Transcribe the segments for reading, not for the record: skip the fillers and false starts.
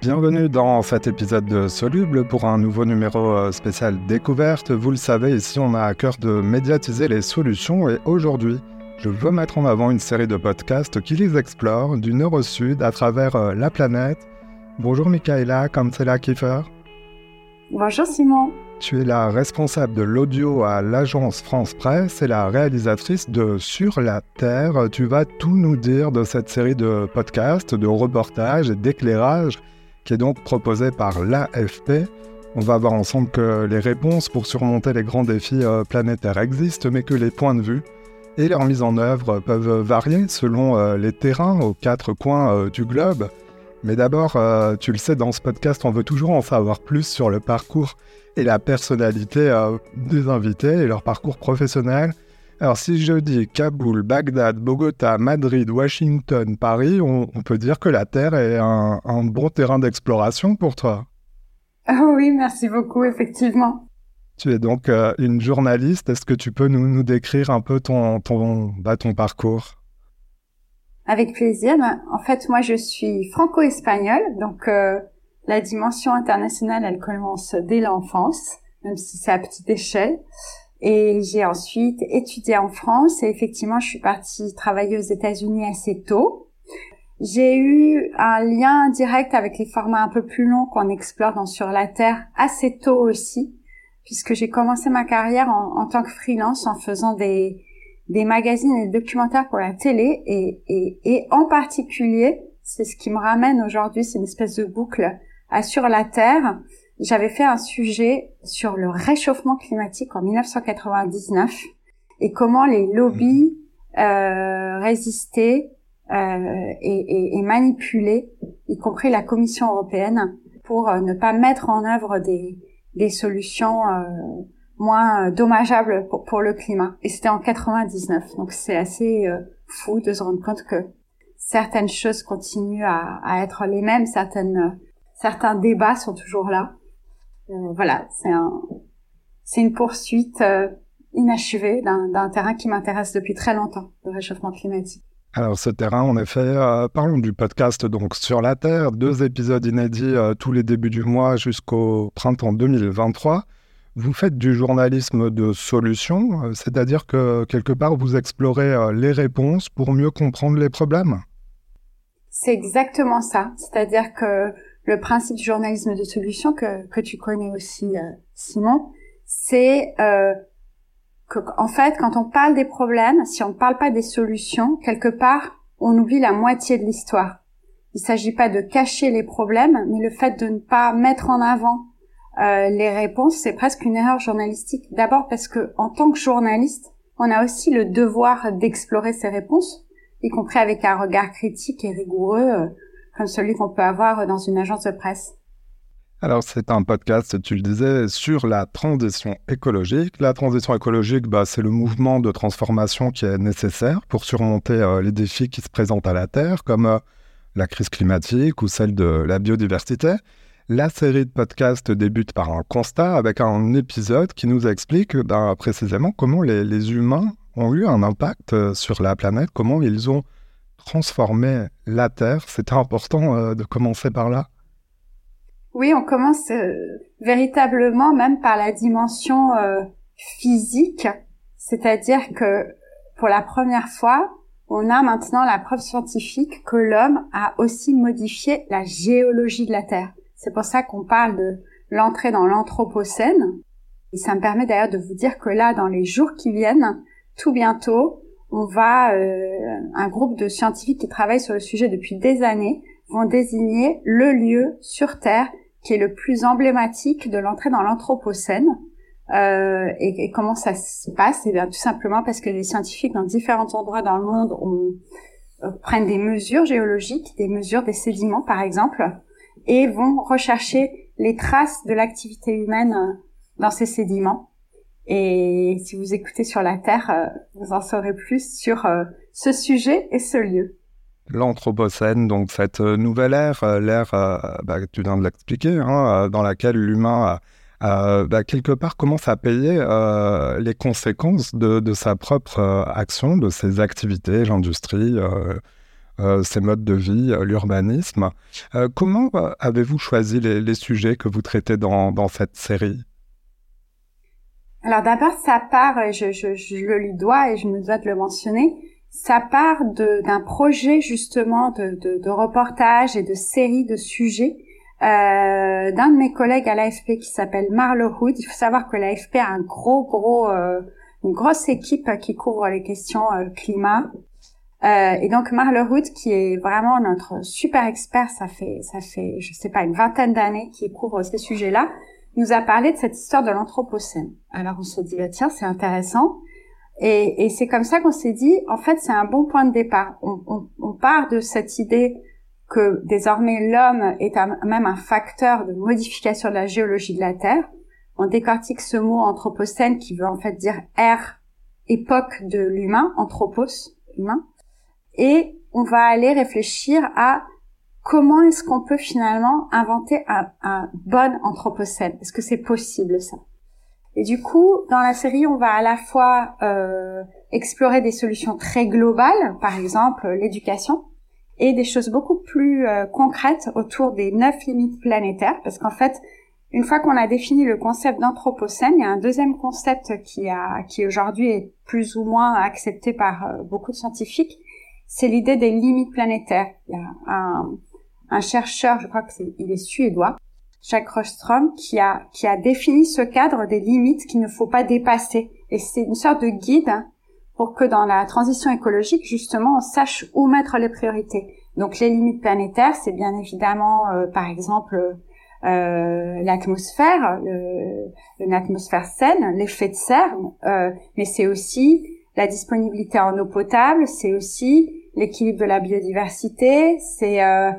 Bienvenue dans cet épisode de Soluble pour un nouveau numéro spécial découverte. Vous le savez, ici on a à cœur de médiatiser les solutions et aujourd'hui, je veux mettre en avant une série de podcasts qui les explorent du nord au sud à travers la planète. Bonjour Michaela Cancela-Kiefer. Bonjour Simon. Tu es la responsable de l'audio à l'agence France Presse et la réalisatrice de Sur la Terre. Tu vas tout nous dire de cette série de podcasts, de reportages et d'éclairages qui est donc proposée par l'AFP. On va voir ensemble que les réponses pour surmonter les grands défis planétaires existent, mais que les points de vue et leur mise en œuvre peuvent varier selon les terrains aux quatre coins du globe. Mais d'abord, tu le sais, dans ce podcast, on veut toujours en savoir plus sur le parcours et la personnalité des invités et leur parcours professionnel. Alors si je dis Kaboul, Bagdad, Bogota, Madrid, Washington, Paris, on peut dire que la Terre est un bon terrain d'exploration pour toi. Oh oui, merci beaucoup, effectivement. Tu es donc une journaliste. Est-ce que tu peux nous décrire un peu ton parcours ? Avec plaisir. En fait, moi, je suis franco-espagnole, donc la dimension internationale, elle commence dès l'enfance, même si c'est à petite échelle. Et j'ai ensuite étudié en France et effectivement, je suis partie travailler aux États-Unis assez tôt. J'ai eu un lien direct avec les formats un peu plus longs qu'on explore dans Sur la Terre assez tôt aussi, puisque j'ai commencé ma carrière en tant que freelance en faisant des magazines et des documentaires pour la télé et en particulier, c'est ce qui me ramène aujourd'hui, c'est une espèce de boucle à Sur la Terre. J'avais fait un sujet sur le réchauffement climatique en 1999 et comment les lobbies résistaient et manipulaient, y compris la Commission européenne, pour ne pas mettre en œuvre des solutions moins dommageables pour le climat. Et c'était en 99, donc c'est assez fou de se rendre compte que certaines choses continuent à être les mêmes, certains débats sont toujours là. Voilà, c'est une poursuite inachevée d'un terrain qui m'intéresse depuis très longtemps, le réchauffement climatique. Alors ce terrain, en effet, parlons du podcast donc Sur la Terre, 2 épisodes inédits tous les débuts du mois jusqu'au printemps 2023. Vous faites du journalisme de solution, c'est-à-dire que quelque part vous explorez les réponses pour mieux comprendre les problèmes. C'est exactement ça, c'est-à-dire que le principe du journalisme de solution que tu connais aussi, Simon, c'est que en fait, quand on parle des problèmes, si on ne parle pas des solutions, quelque part, on oublie la moitié de l'histoire. Il ne s'agit pas de cacher les problèmes, mais le fait de ne pas mettre en avant les réponses, c'est presque une erreur journalistique. D'abord parce que, en tant que journaliste, on a aussi le devoir d'explorer ces réponses, y compris avec un regard critique et rigoureux, comme celui qu'on peut avoir dans une agence de presse. Alors, c'est un podcast, tu le disais, sur la transition écologique. La transition écologique, c'est le mouvement de transformation qui est nécessaire pour surmonter les défis qui se présentent à la Terre, comme la crise climatique ou celle de la biodiversité. La série de podcasts débute par un constat avec un épisode qui nous explique précisément comment les humains ont eu un impact sur la planète, comment ils ont transformé la Terre. C'était important de commencer par là. Oui, on commence véritablement même par la dimension physique, c'est-à-dire que pour la première fois, on a maintenant la preuve scientifique que l'homme a aussi modifié la géologie de la Terre. C'est pour ça qu'on parle de l'entrée dans l'Anthropocène. Et ça me permet d'ailleurs de vous dire que là, dans les jours qui viennent, tout bientôt, on va, un groupe de scientifiques qui travaillent sur le sujet depuis des années, vont désigner le lieu sur Terre qui est le plus emblématique de l'entrée dans l'Anthropocène. Et comment ça se passe? Eh bien, tout simplement parce que les scientifiques dans différents endroits dans le monde prennent des mesures géologiques, des mesures des sédiments par exemple, et vont rechercher les traces de l'activité humaine dans ces sédiments. Et si vous écoutez Sur la Terre, vous en saurez plus sur ce sujet et ce lieu. L'Anthropocène, donc cette nouvelle ère, l'ère, tu viens de l'expliquer, dans laquelle l'humain quelque part commence à payer les conséquences de sa propre action, de ses activités, l'industrie, ces modes de vie, l'urbanisme. Comment avez-vous choisi les sujets que vous traitez dans cette série ? Alors d'abord, ça part, je le lui dois et je me dois de le mentionner, ça part d'un projet justement de reportage et de série de sujets d'un de mes collègues à l'AFP qui s'appelle Marlo Hood. Il faut savoir que l'AFP a une grosse équipe qui couvre les questions climat. Et donc Marlo Hood, qui est vraiment notre super expert, ça fait je sais pas une vingtaine d'années qu'il couvre ces sujets-là, nous a parlé de cette histoire de l'Anthropocène. Alors on s'est dit tiens, c'est intéressant, et c'est comme ça qu'on s'est dit en fait c'est un bon point de départ. On part de cette idée que désormais l'homme est même un facteur de modification de la géologie de la Terre. On décortique ce mot Anthropocène qui veut en fait dire ère, époque de l'humain, anthropos, humain. Et on va aller réfléchir à comment est-ce qu'on peut finalement inventer un bon anthropocène. Est-ce que c'est possible ça? Et du coup, dans la série, on va à la fois explorer des solutions très globales, par exemple l'éducation, et des choses beaucoup plus concrètes autour des 9 limites planétaires, parce qu'en fait, une fois qu'on a défini le concept d'anthropocène, il y a un deuxième concept qui aujourd'hui est plus ou moins accepté par beaucoup de scientifiques, c'est l'idée des limites planétaires. Il y a un chercheur, je crois il est suédois, Jack Rostrom, qui a défini ce cadre des limites qu'il ne faut pas dépasser. Et c'est une sorte de guide pour que dans la transition écologique, justement, on sache où mettre les priorités. Donc les limites planétaires, c'est bien évidemment, par exemple, l'atmosphère, une atmosphère saine, l'effet de serre, mais c'est aussi la disponibilité en eau potable, c'est aussi l'équilibre de la biodiversité, il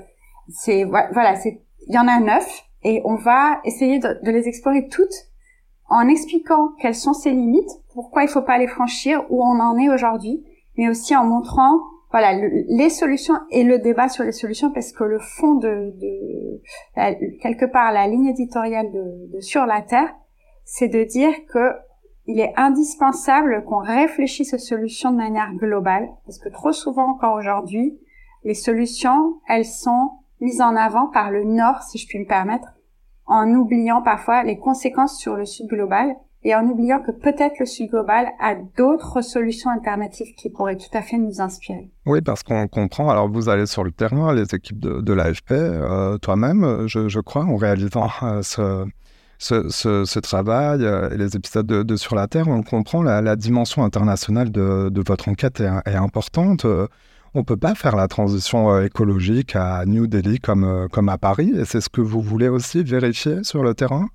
y en a 9 et on va essayer de les explorer toutes en expliquant quelles sont ces limites, pourquoi il faut pas les franchir, où on en est aujourd'hui, mais aussi en montrant les solutions et le débat sur les solutions, parce que le fond quelque part la ligne éditoriale de Sur la Terre, c'est de dire que il est indispensable qu'on réfléchisse aux solutions de manière globale, parce que trop souvent encore aujourd'hui, les solutions, elles sont mises en avant par le Nord, si je puis me permettre, en oubliant parfois les conséquences sur le Sud global et en oubliant que peut-être le Sud global a d'autres solutions alternatives qui pourraient tout à fait nous inspirer. Oui, parce qu'on comprend, alors vous allez sur le terrain, les équipes de l'AFP, toi-même, je crois, en réalisant ce travail et les épisodes de Sur la Terre, on comprend la dimension internationale de votre enquête est importante. On ne peut pas faire la transition écologique à New Delhi comme à Paris, et c'est ce que vous voulez aussi vérifier sur le terrain?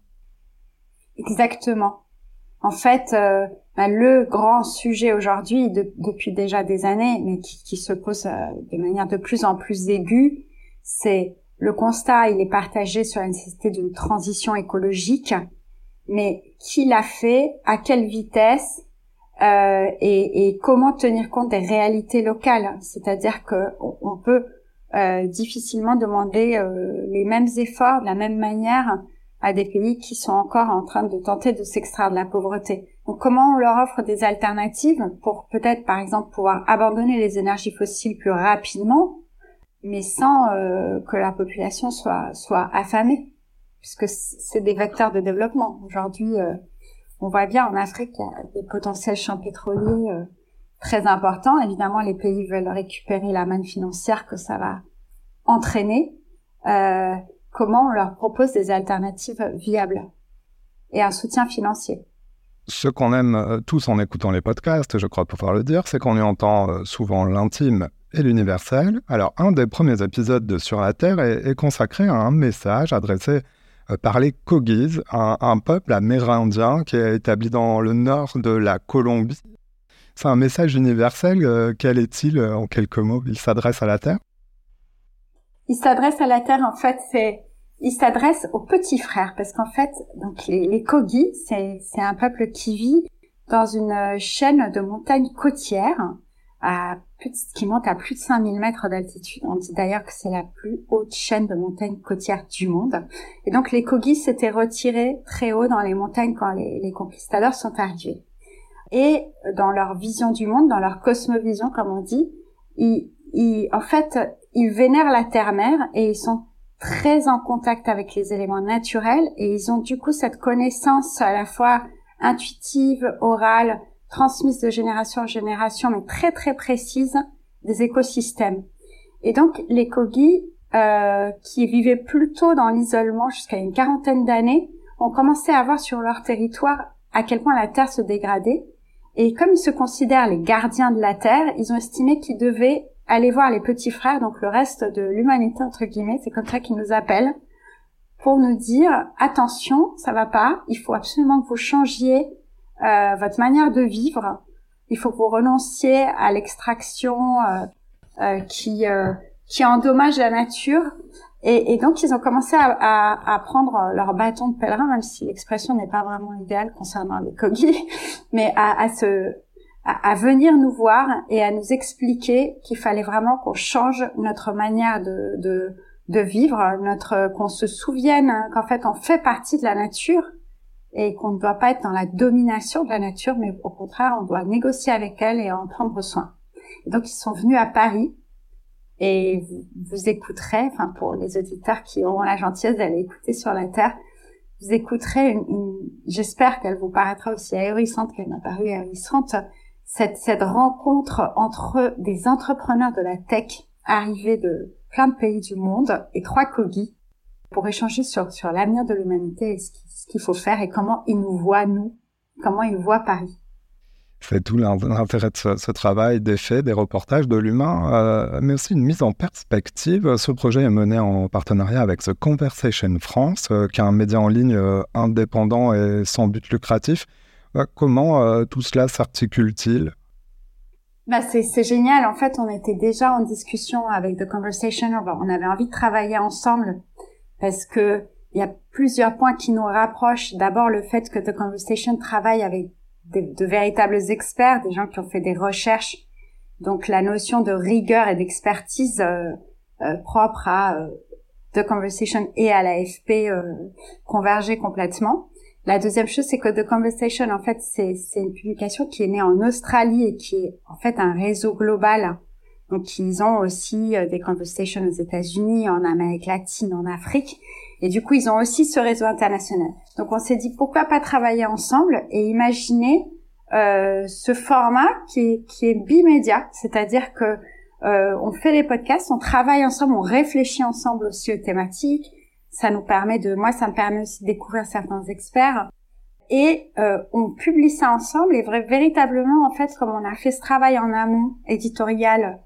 Exactement. En fait, le grand sujet aujourd'hui, depuis déjà des années, mais qui se pose de manière de plus en plus aiguë, c'est le constat, il est partagé sur la nécessité d'une transition écologique, mais qui l'a fait, à quelle vitesse, et comment tenir compte des réalités locales. C'est-à-dire que on peut difficilement demander les mêmes efforts de la même manière à des pays qui sont encore en train de tenter de s'extraire de la pauvreté. Donc comment on leur offre des alternatives pour peut-être par exemple pouvoir abandonner les énergies fossiles plus rapidement, mais sans que la population soit affamée, puisque c'est des vecteurs de développement. Aujourd'hui, on voit bien en Afrique il y a des potentiels champs pétroliers très importants. Évidemment, les pays veulent récupérer la manne financière que ça va entraîner. Comment on leur propose des alternatives viables et un soutien financier. Ce qu'on aime tous en écoutant les podcasts, je crois pouvoir le dire, c'est qu'on y entend souvent l'intime et l'universel. Alors, un des premiers épisodes de Sur la Terre est consacré à un message adressé par les Kogis, un peuple amérindien qui est établi dans le nord de la Colombie. C'est un message universel. Quel est-il en quelques mots? Il s'adresse à la Terre? Il s'adresse à la Terre, en fait, il s'adresse aux petits frères, parce qu'en fait, donc les Kogis, c'est un peuple qui vit dans une chaîne de montagnes côtières qui monte à plus de 5000 mètres d'altitude. On dit d'ailleurs que c'est la plus haute chaîne de montagnes côtières du monde. Et donc les Kogis s'étaient retirés très haut dans les montagnes quand les conquistadors sont arrivés. Et dans leur vision du monde, dans leur cosmovision, comme on dit, ils en fait, ils vénèrent la terre-mère et ils sont très en contact avec les éléments naturels et ils ont du coup cette connaissance à la fois intuitive, orale, transmise de génération en génération, mais très très précise des écosystèmes. Et donc les Kogi, qui vivaient plutôt dans l'isolement jusqu'à une quarantaine d'années, ont commencé à voir sur leur territoire à quel point la Terre se dégradait. Et comme ils se considèrent les gardiens de la Terre, ils ont estimé qu'ils devaient aller voir les petits frères, donc le reste de l'humanité, entre guillemets, c'est comme ça qu'ils nous appellent, pour nous dire, attention, ça va pas, il faut absolument que vous changiez votre manière de vivre, il faut que vous renonciez à l'extraction qui endommage la nature. Et donc, ils ont commencé à prendre leur bâton de pèlerin, même si l'expression n'est pas vraiment idéale concernant les Kogi, mais à venir nous voir et à nous expliquer qu'il fallait vraiment qu'on change notre manière de vivre, qu'on se souvienne qu'en fait, on fait partie de la nature et qu'on ne doit pas être dans la domination de la nature, mais au contraire, on doit négocier avec elle et en prendre soin. Et donc, ils sont venus à Paris. Et vous écouterez, enfin pour les auditeurs qui auront la gentillesse d'aller écouter sur la Terre, vous écouterez j'espère qu'elle vous paraîtra aussi ahurissante qu'elle m'a paru ahurissante, cette rencontre entre des entrepreneurs de la tech arrivés de plein de pays du monde et 3 Kogi pour échanger sur l'avenir de l'humanité et ce qu'il faut faire et comment ils nous voient, comment ils voient Paris. C'est tout l'intérêt de ce travail, des faits, des reportages de l'humain, mais aussi une mise en perspective. Ce projet est mené en partenariat avec The Conversation France, qui est un média en ligne indépendant et sans but lucratif. Comment tout cela s'articule-t-il ? C'est génial. En fait, on était déjà en discussion avec The Conversation. On avait envie de travailler ensemble parce que il y a plusieurs points qui nous rapprochent. D'abord, le fait que The Conversation travaille avec de véritables experts, des gens qui ont fait des recherches. Donc, la notion de rigueur et d'expertise propre à The Conversation et à l'AFP convergeait complètement. La deuxième chose, c'est que The Conversation, en fait, c'est une publication qui est née en Australie et qui est en fait un réseau global. Donc, ils ont aussi des Conversations aux États-Unis, en Amérique latine, en Afrique. Et du coup, ils ont aussi ce réseau international. Donc, on s'est dit, pourquoi pas travailler ensemble et imaginer ce format qui est bimédia, c'est-à-dire que on fait les podcasts, on travaille ensemble, on réfléchit ensemble aussi aux thématiques. Ça me permet aussi de découvrir certains experts. Et on publie ça ensemble et véritablement, en fait, comme on a fait ce travail en amont éditorial,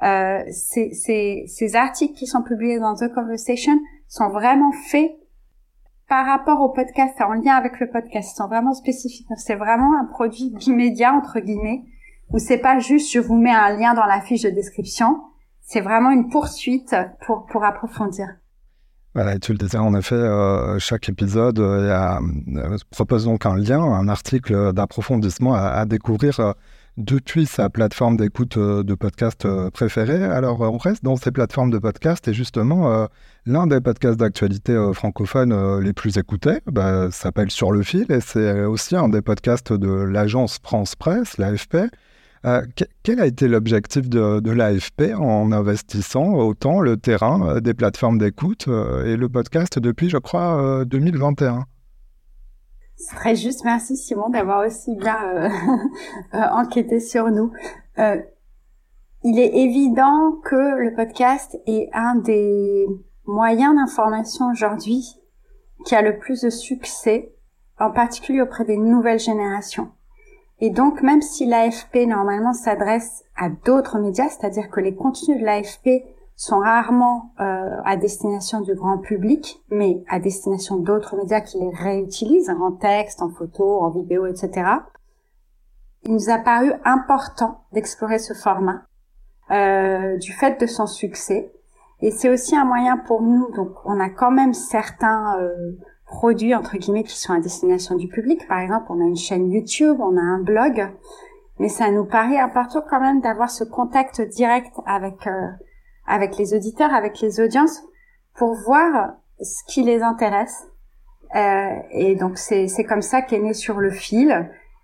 ces articles qui sont publiés dans The Conversation sont vraiment faits par rapport au podcast, en lien avec le podcast, sont vraiment spécifiques. Donc, c'est vraiment un produit bimédia, entre guillemets, où c'est pas juste je vous mets un lien dans la fiche de description, c'est vraiment une poursuite pour approfondir. Voilà, tu le disais, en effet, chaque épisode propose donc un lien, un article d'approfondissement à découvrir depuis sa plateforme d'écoute de podcast préférée. Alors, on reste dans ces plateformes de podcast et justement, l'un des podcasts d'actualité francophone les plus écoutés s'appelle Sur le fil et c'est aussi un des podcasts de l'agence France Presse, l'AFP. Quel a été l'objectif de l'AFP en investissant autant le terrain des plateformes d'écoute et le podcast depuis, je crois, 2021 ? C'est très juste, merci Simon d'avoir aussi bien enquêté sur nous. Il est évident que le podcast est un des moyens d'information aujourd'hui qui a le plus de succès, en particulier auprès des nouvelles générations. Et donc, même si l'AFP, normalement, s'adresse à d'autres médias, c'est-à-dire que les contenus de l'AFP sont rarement à destination du grand public, mais à destination d'autres médias qui les réutilisent en texte, en photo, en vidéo, etc. Il nous a paru important d'explorer ce format du fait de son succès. Et c'est aussi un moyen pour nous, donc on a quand même certains produits, entre guillemets, qui sont à destination du public. Par exemple, on a une chaîne YouTube, on a un blog, mais ça nous paraît important quand même d'avoir ce contact direct avec les auditeurs, avec les audiences, pour voir ce qui les intéresse. Et donc, c'est comme ça qu'est né Sur le fil.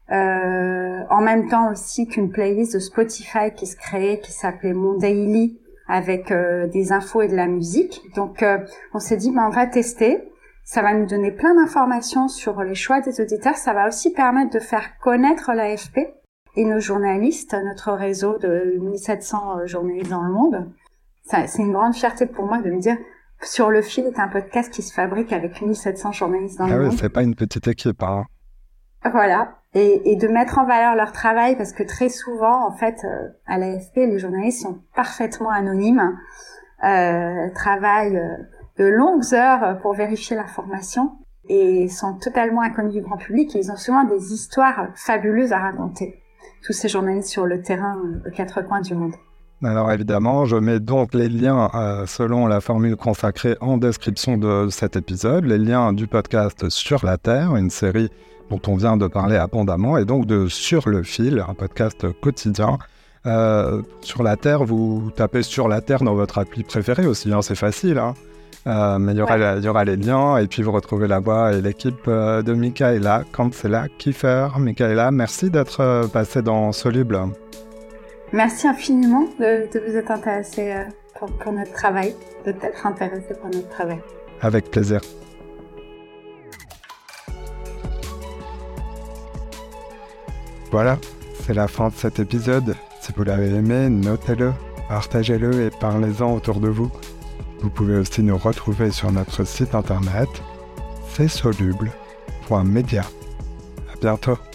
En même temps aussi qu'une playlist de Spotify qui se créait, qui s'appelait Mon Daily, avec des infos et de la musique. Donc, on s'est dit, on va tester. Ça va nous donner plein d'informations sur les choix des auditeurs. Ça va aussi permettre de faire connaître l'AFP et nos journalistes, notre réseau de 1700 journalistes dans le monde. Ça, c'est une grande fierté pour moi de me dire, Sur le fil est un podcast qui se fabrique avec 1700 journalistes dans le monde. Ah oui, c'est pas une petite équipe, hein. Voilà. Et de mettre en valeur leur travail, parce que très souvent, en fait, à l'AFP, les journalistes sont parfaitement anonymes, travaillent de longues heures pour vérifier l'information et sont totalement inconnus du grand public, et ils ont souvent des histoires fabuleuses à raconter. Tous ces journalistes sur le terrain aux quatre coins du monde. Alors évidemment, je mets donc les liens selon la formule consacrée en description de cet épisode, les liens du podcast Sur la Terre, une série dont on vient de parler abondamment, et donc de Sur le fil, un podcast quotidien. Sur la Terre, vous tapez Sur la Terre dans votre appli préférée aussi, hein, c'est facile, hein. Mais il y aura les liens, et puis vous retrouvez la voix et l'équipe de Michaela Cancela Kiefer. Michaela, merci d'être passée dans Soluble. Merci infiniment de vous être intéressé pour notre travail, de t'être intéressé pour notre travail. Avec plaisir. Voilà, c'est la fin de cet épisode. Si vous l'avez aimé, notez-le, partagez-le et parlez-en autour de vous. Vous pouvez aussi nous retrouver sur notre site internet, csoluble.media. À bientôt.